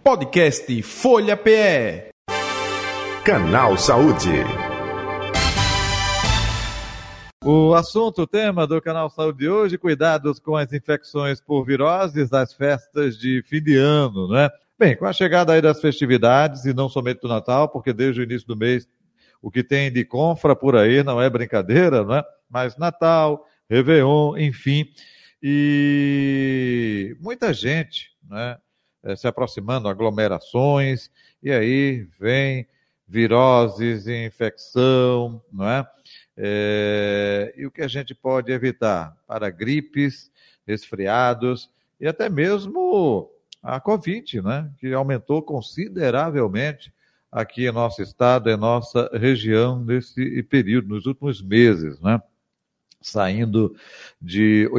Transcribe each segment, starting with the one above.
Podcast Folha PE. Canal Saúde. O assunto, o tema do Canal Saúde de hoje, cuidados com as infecções por viroses das festas de fim de ano, né? Bem, com a chegada aí das festividades, e não somente do Natal, porque desde o início do mês o que tem de confra por aí não é brincadeira, né? Mas Natal, Réveillon, enfim, e muita gente, né? Se aproximando, aglomerações, e aí vem viroses, infecção, não é? E o que a gente pode evitar? Para gripes, resfriados e até mesmo a Covid, né? Que aumentou consideravelmente aqui em nosso estado, em nossa região, nesse período, nos últimos meses, né? Saindo de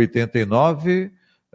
89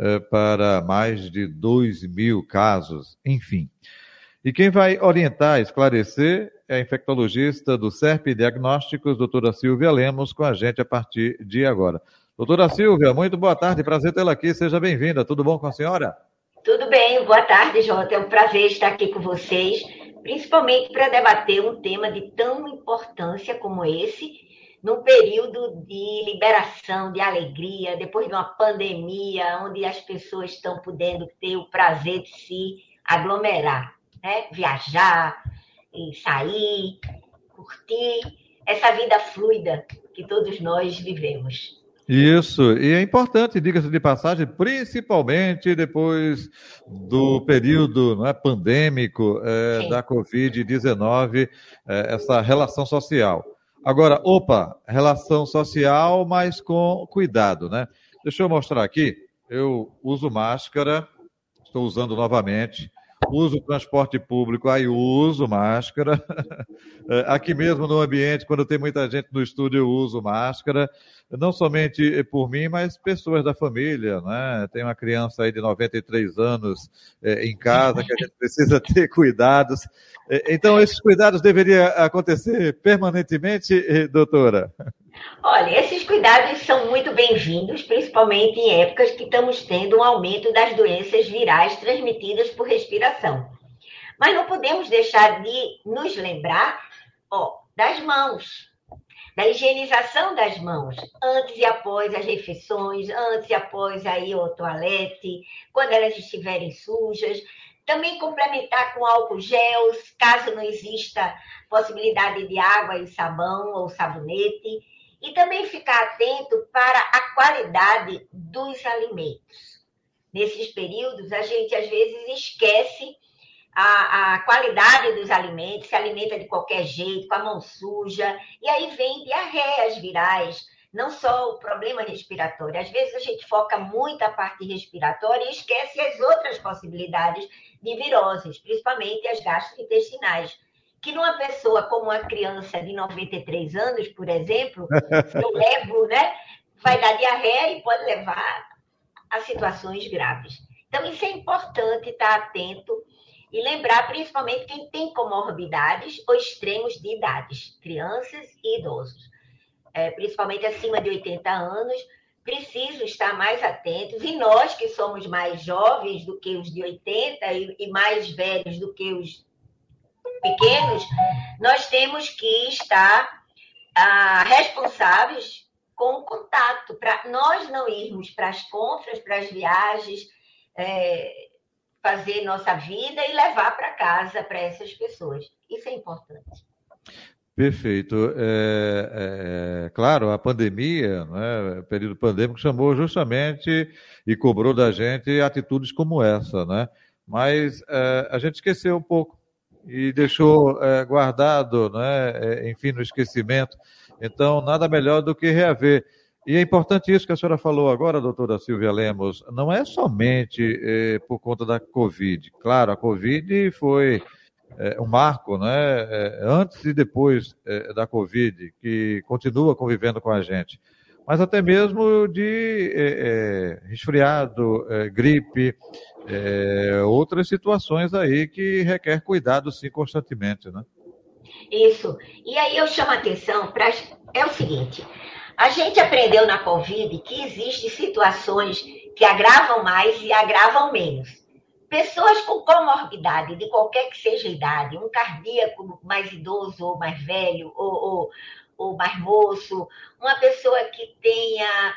para mais de 2.000 casos, enfim. E quem vai orientar, esclarecer, é a infectologista do SERP Diagnósticos, doutora Silvia Lemos, com a gente a partir de agora. Doutora Silvia, muito boa tarde, prazer tê-la aqui, seja bem-vinda, tudo bom com a senhora? Tudo bem, boa tarde, Jota, é um prazer estar aqui com vocês, principalmente para debater um tema de tão importância como esse, num período de liberação, de alegria, depois de uma pandemia, onde as pessoas estão podendo ter o prazer de se aglomerar, né? Viajar, e sair, curtir essa vida fluida que todos nós vivemos. Isso, e é importante, diga-se de passagem, principalmente depois do período, não é, pandêmico da Covid-19, essa relação social. Agora, relação social, mas com cuidado, né? Deixa eu mostrar aqui, eu uso máscara, estou usando novamente, uso transporte público, aí uso máscara. Aqui mesmo no ambiente, quando tem muita gente no estúdio, eu uso máscara. Não somente por mim, mas pessoas da família, né? Tem uma criança aí de 93 anos em casa, que a gente precisa ter cuidados. Então, esses cuidados deveriam acontecer permanentemente, doutora? Olha, esses cuidados são muito bem-vindos, principalmente em épocas que estamos tendo um aumento das doenças virais transmitidas por respiração. Mas não podemos deixar de nos lembrar, das mãos, da higienização das mãos, antes e após as refeições, antes e após aí o toalete, quando elas estiverem sujas. Também complementar com álcool gel, caso não exista possibilidade de água e sabão ou sabonete. E também ficar atento para a qualidade dos alimentos. Nesses períodos, a gente às vezes esquece a qualidade dos alimentos, se alimenta de qualquer jeito, com a mão suja, e aí vem diarreias virais, não só o problema respiratório. Às vezes a gente foca muito a parte respiratória e esquece as outras possibilidades de viroses, principalmente as gastrointestinais. Que numa pessoa como uma criança de 93 anos, por exemplo, se eu levo, né, vai dar diarreia e pode levar a situações graves. Então, isso é importante estar atento e lembrar, principalmente, quem tem comorbidades ou extremos de idades, crianças e idosos. Principalmente acima de 80 anos, precisam estar mais atentos. E nós, que somos mais jovens do que os de 80 e mais velhos do que os pequenos, nós temos que estar responsáveis com o contato, para nós não irmos para as compras, para as viagens, fazer nossa vida e levar para casa para essas pessoas. Isso é importante. Perfeito. Claro, a pandemia, né, o período pandêmico chamou justamente e cobrou da gente atitudes como essa, né? Mas a gente esqueceu um pouco e deixou guardado, né, enfim, no esquecimento. Então, nada melhor do que reaver. E é importante isso que a senhora falou agora, doutora Silvia Lemos, não é somente por conta da Covid. Claro, a Covid foi um marco, né, antes e depois da Covid, que continua convivendo com a gente. Mas até mesmo de resfriado, gripe, outras situações aí que requer cuidado, sim, constantemente, né? Isso. E aí eu chamo a atenção para... É o seguinte, a gente aprendeu na Covid que existem situações que agravam mais e agravam menos. Pessoas com comorbidade, de qualquer que seja a idade, um cardíaco mais idoso ou mais velho, ou mais moço, uma pessoa que tenha,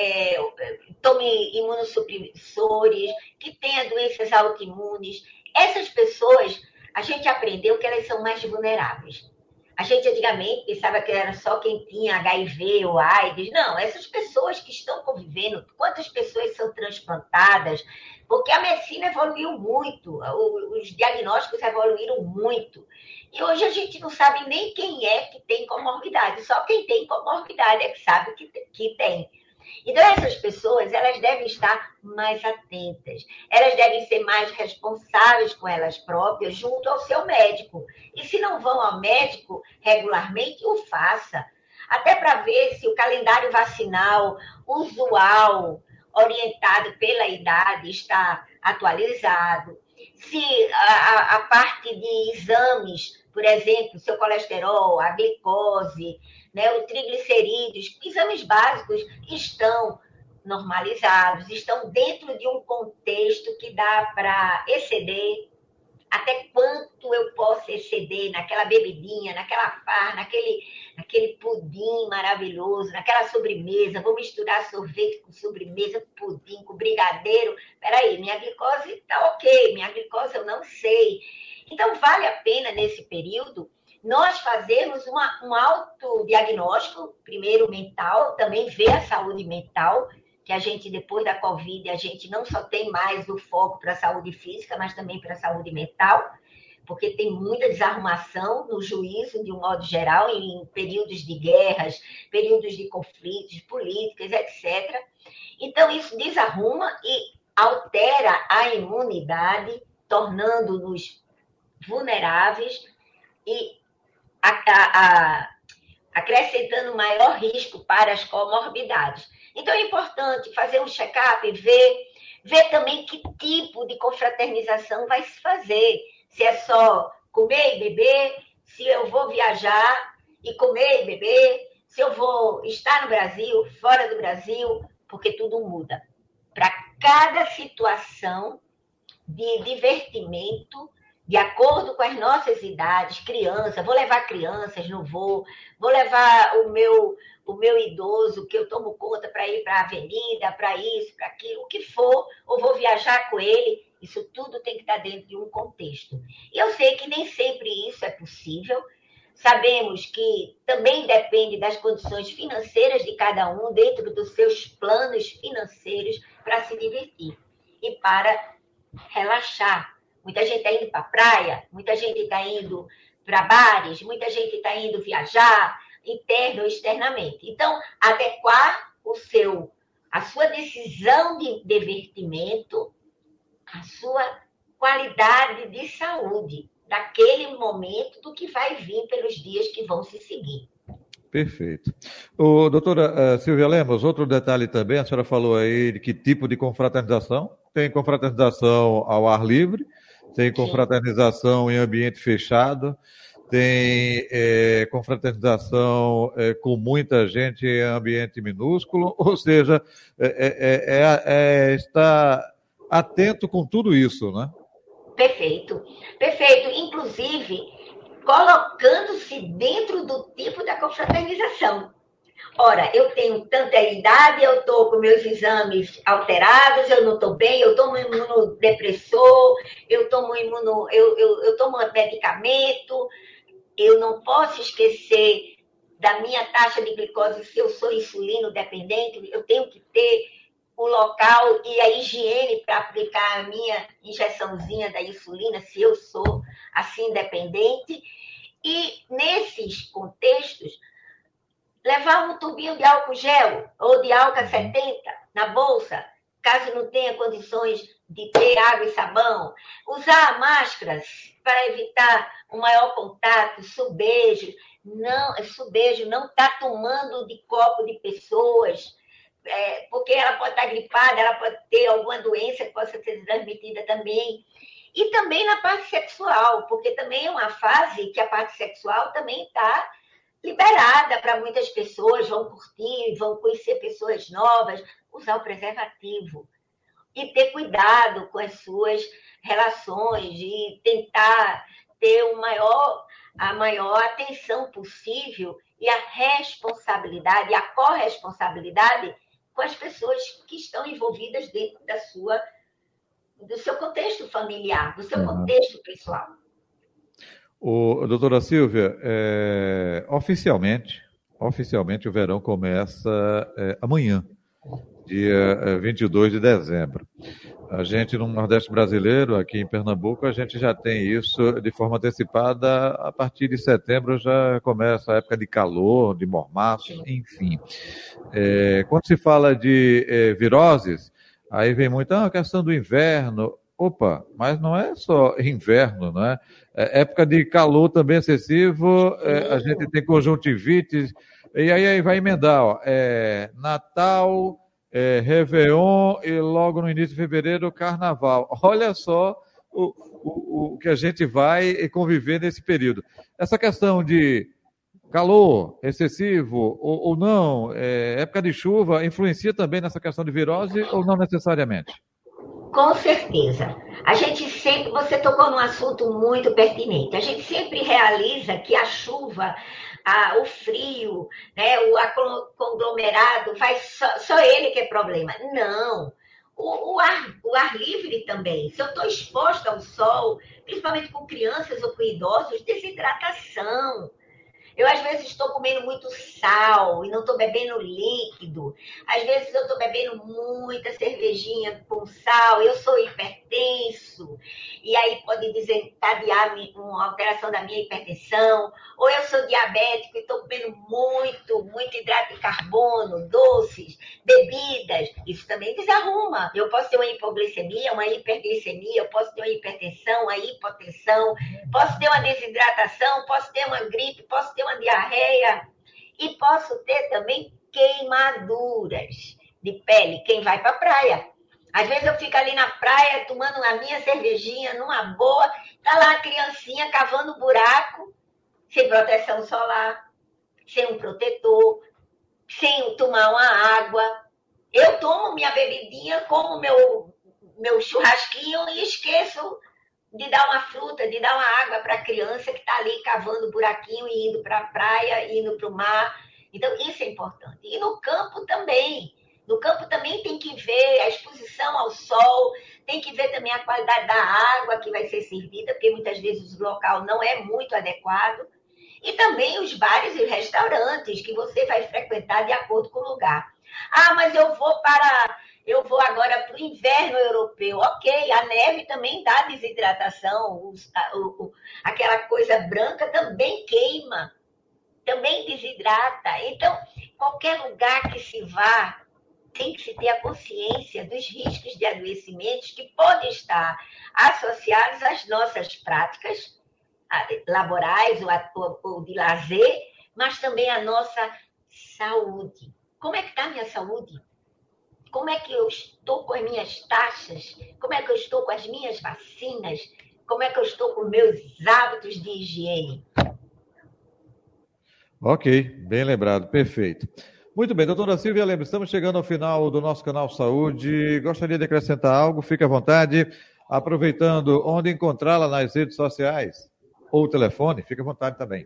tome imunossupressores, que tenha doenças autoimunes, essas pessoas, a gente aprendeu que elas são mais vulneráveis. A gente antigamente pensava que era só quem tinha HIV ou AIDS. Não, essas pessoas que estão convivendo, quantas pessoas são transplantadas, porque a medicina evoluiu muito, os diagnósticos evoluíram muito. E hoje a gente não sabe nem quem é que tem comorbidade, só quem tem comorbidade é que sabe que tem. Então, essas pessoas, elas devem estar mais atentas, elas devem ser mais responsáveis com elas próprias, junto ao seu médico. E se não vão ao médico regularmente, o faça. Até para ver se o calendário vacinal usual, orientado pela idade, está atualizado. Se a parte de exames, por exemplo, seu colesterol, a glicose, né, o triglicerídeos, exames básicos estão normalizados, estão dentro de um contexto que dá para exceder. Até quanto eu posso exceder naquela bebidinha, naquela farra, naquele pudim maravilhoso, naquela sobremesa, vou misturar sorvete com sobremesa, pudim com brigadeiro. Peraí, minha glicose está ok, minha glicose eu não sei. Então, vale a pena, nesse período, nós fazermos um autodiagnóstico, primeiro mental, também ver a saúde mental, que a gente, depois da Covid, a gente não só tem mais o foco para a saúde física, mas também para a saúde mental, porque tem muita desarrumação no juízo, de um modo geral, em períodos de guerras, períodos de conflitos, políticas, etc. Então, isso desarruma e altera a imunidade, tornando-nos vulneráveis e acrescentando maior risco para as comorbidades. Então, é importante fazer um check-up, ver também que tipo de confraternização vai se fazer. Se é só comer e beber, se eu vou viajar e comer e beber, se eu vou estar no Brasil, fora do Brasil, porque tudo muda. Para cada situação de divertimento, de acordo com as nossas idades, criança, vou levar crianças, não vou levar o meu idoso, que eu tomo conta para ir para a avenida, para isso, para aquilo, o que for, ou vou viajar com ele, isso tudo tem que estar dentro de um contexto. E eu sei que nem sempre isso é possível, sabemos que também depende das condições financeiras de cada um, dentro dos seus planos financeiros, para se divertir e para relaxar. Muita gente está indo para a praia, muita gente está indo para bares, muita gente está indo viajar, interno ou externamente. Então, adequar a sua decisão de divertimento, a sua qualidade de saúde, daquele momento do que vai vir pelos dias que vão se seguir. Perfeito. Doutora Silvia Lemos, outro detalhe também, a senhora falou aí de que tipo de confraternização. Tem confraternização ao ar livre, tem confraternização em ambiente fechado, tem confraternização com muita gente em ambiente minúsculo, ou seja, está atento com tudo isso, né? Perfeito, perfeito. Inclusive, colocando-se dentro do tipo da confraternização. Ora, eu tenho tanta idade, eu estou com meus exames alterados, eu não estou bem, eu tomo imunodepressor, eu tomo medicamento, eu não posso esquecer da minha taxa de glicose se eu sou insulino dependente, eu tenho que ter o local e a higiene para aplicar a minha injeçãozinha da insulina, se eu sou assim dependente. E nesses contextos, levar um tubinho de álcool gel ou de álcool 70 na bolsa, caso não tenha condições de ter água e sabão. Usar máscaras para evitar um maior contato, subejo. Subejo não está tomando de copo de pessoas, porque ela pode estar gripada, ela pode ter alguma doença que possa ser transmitida também. E também na parte sexual, porque também é uma fase que a parte sexual também está liberada para muitas pessoas, vão curtir, vão conhecer pessoas novas, usar o preservativo. e ter cuidado com as suas relações e tentar ter a maior atenção possível e a responsabilidade, a corresponsabilidade com as pessoas que estão envolvidas dentro do seu contexto familiar, do seu contexto pessoal. Doutora Silvia, oficialmente o verão começa amanhã, dia 22 de dezembro. A gente, no Nordeste brasileiro, aqui em Pernambuco, a gente já tem isso de forma antecipada. A partir de setembro já começa a época de calor, de mormaço, enfim. Quando se fala de viroses, aí vem muito a questão do inverno. Opa, mas não é só inverno, não é? Época de calor também excessivo, a gente tem conjuntivite, e aí vai emendar, ó, Natal, Réveillon e logo no início de fevereiro, Carnaval. Olha só o que a gente vai conviver nesse período. Essa questão de calor excessivo ou não, época de chuva, influencia também nessa questão de virose ou não necessariamente? Com certeza. Você tocou num assunto muito pertinente. A gente sempre realiza que a chuva, o frio, né, o conglomerado, só ele que é problema. Não. O ar livre também. Se eu estou exposta ao sol, principalmente com crianças ou com idosos, desidratação. Eu, às vezes, estou comendo muito sal e não estou bebendo líquido. Às vezes, eu estou bebendo muita cervejinha com sal. Eu sou hipertenso. E aí pode desencadear uma alteração da minha hipertensão. Ou eu sou diabético e estou comendo muito hidrato de carbono, doces, bebidas. Isso também desarruma. Eu posso ter uma hipoglicemia, uma hiperglicemia. Eu posso ter uma hipertensão, uma hipotensão. Posso ter uma desidratação, posso ter uma gripe, posso ter uma diarreia e posso ter também queimaduras de pele, quem vai para a praia. Às vezes eu fico ali na praia tomando a minha cervejinha numa boa, tá lá a criancinha cavando buraco, sem proteção solar, sem um protetor, sem tomar uma água. Eu tomo minha bebidinha, como meu churrasquinho e esqueço de dar uma fruta, de dar uma água para a criança que está ali cavando buraquinho e indo para a praia, indo para o mar. Então, isso é importante. E no campo também. No campo também tem que ver a exposição ao sol, tem que ver também a qualidade da água que vai ser servida, porque muitas vezes o local não é muito adequado. E também os bares e restaurantes que você vai frequentar de acordo com o lugar. Mas eu vou agora para o inverno europeu. Ok, a neve também dá desidratação, aquela coisa branca também queima, também desidrata. Então, qualquer lugar que se vá, tem que se ter a consciência dos riscos de adoecimentos que podem estar associados às nossas práticas laborais ou de lazer, mas também à nossa saúde. Como é que está a minha saúde? Como é que eu estou com as minhas taxas? Como é que eu estou com as minhas vacinas? Como é que eu estou com meus hábitos de higiene? Ok, bem lembrado, perfeito. Muito bem, doutora Silvia Lemos, estamos chegando ao final do nosso canal Saúde. Gostaria de acrescentar algo? Fique à vontade. Aproveitando, onde encontrá-la nas redes sociais ou telefone, fique à vontade também.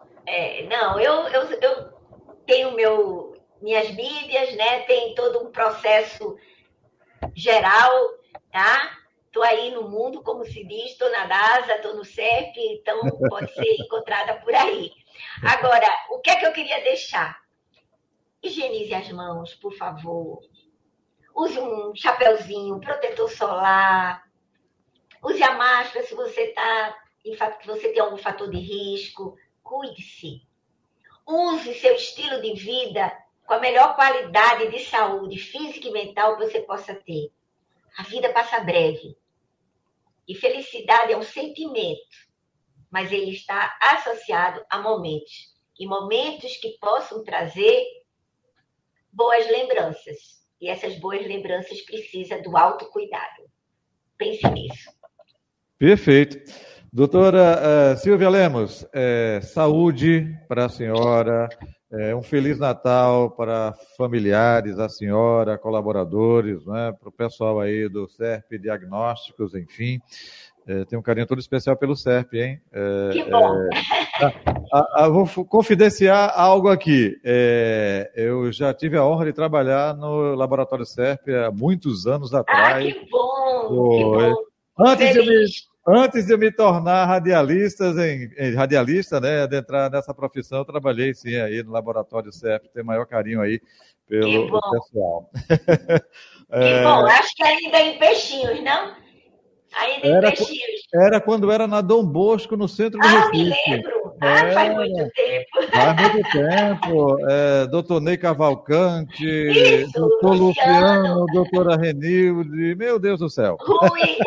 Eu tenho minhas mídias, né? Tem todo um processo geral, tá? Estou aí no mundo, como se diz, estou na DASA, estou no CEP, então pode ser encontrada por aí. Agora, o que é que eu queria deixar? Higienize as mãos, por favor. Use um chapeuzinho, protetor solar. Use a máscara se você tem algum fator de risco. Cuide-se. Use seu estilo de vida com a melhor qualidade de saúde física e mental que você possa ter. A vida passa breve. E felicidade é um sentimento, mas ele está associado a momentos. E momentos que possam trazer boas lembranças. E essas boas lembranças precisam do autocuidado. Pense nisso. Perfeito. Doutora Silvia Lemos, saúde para a senhora, Um Feliz Natal para familiares, a senhora, colaboradores, né, para o pessoal aí do SERP Diagnósticos, enfim. Tenho um carinho todo especial pelo SERP, hein? Que bom! Vou confidenciar algo aqui. Eu já tive a honra de trabalhar no Laboratório SERP há muitos anos atrás. Que bom! Que bom! Antes de eu me tornar radialista, né, de entrar nessa profissão, eu trabalhei sim aí no Laboratório SERP, tenho maior carinho aí pelo pessoal. Que bom, acho que ainda em Peixinhos, não? Ainda em Peixinhos. Era quando era na Dom Bosco, no centro do Recife. Me lembro. Faz muito tempo. Faz muito tempo. Doutor Ney Cavalcante, Isso, doutor Luciano, doutora Renilde, meu Deus do céu. Rui.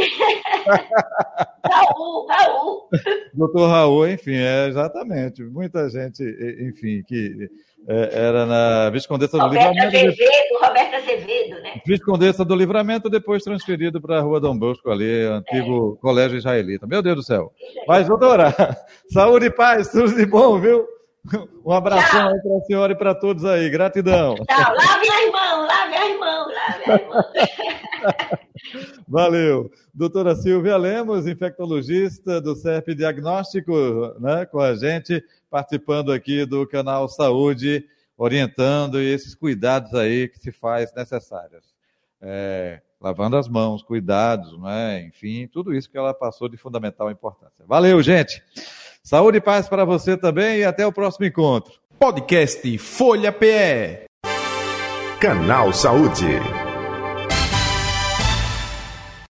Raul. Doutor Raul, enfim, exatamente. Muita gente, enfim, que era na Viscondessa do Livramento. Roberta Azevedo, né? Viscondessa do Livramento, depois transferido para a Rua Dom Bosco, ali, antigo colégio israelita. Meu Deus do céu. Mas, doutora, saúde e paz, tudo de bom, viu? Um abração aí para a senhora e para todos aí. Gratidão. Tchau. Lave as mãos. Valeu. Doutora Silvia Lemos, infectologista do SERP Diagnóstico, né, com a gente, participando aqui do canal Saúde, orientando esses cuidados aí que se faz necessários. Lavando as mãos, cuidados, né, enfim, tudo isso que ela passou de fundamental importância. Valeu, gente. Saúde e paz para você também e até o próximo encontro. Podcast Folha PE. Canal Saúde.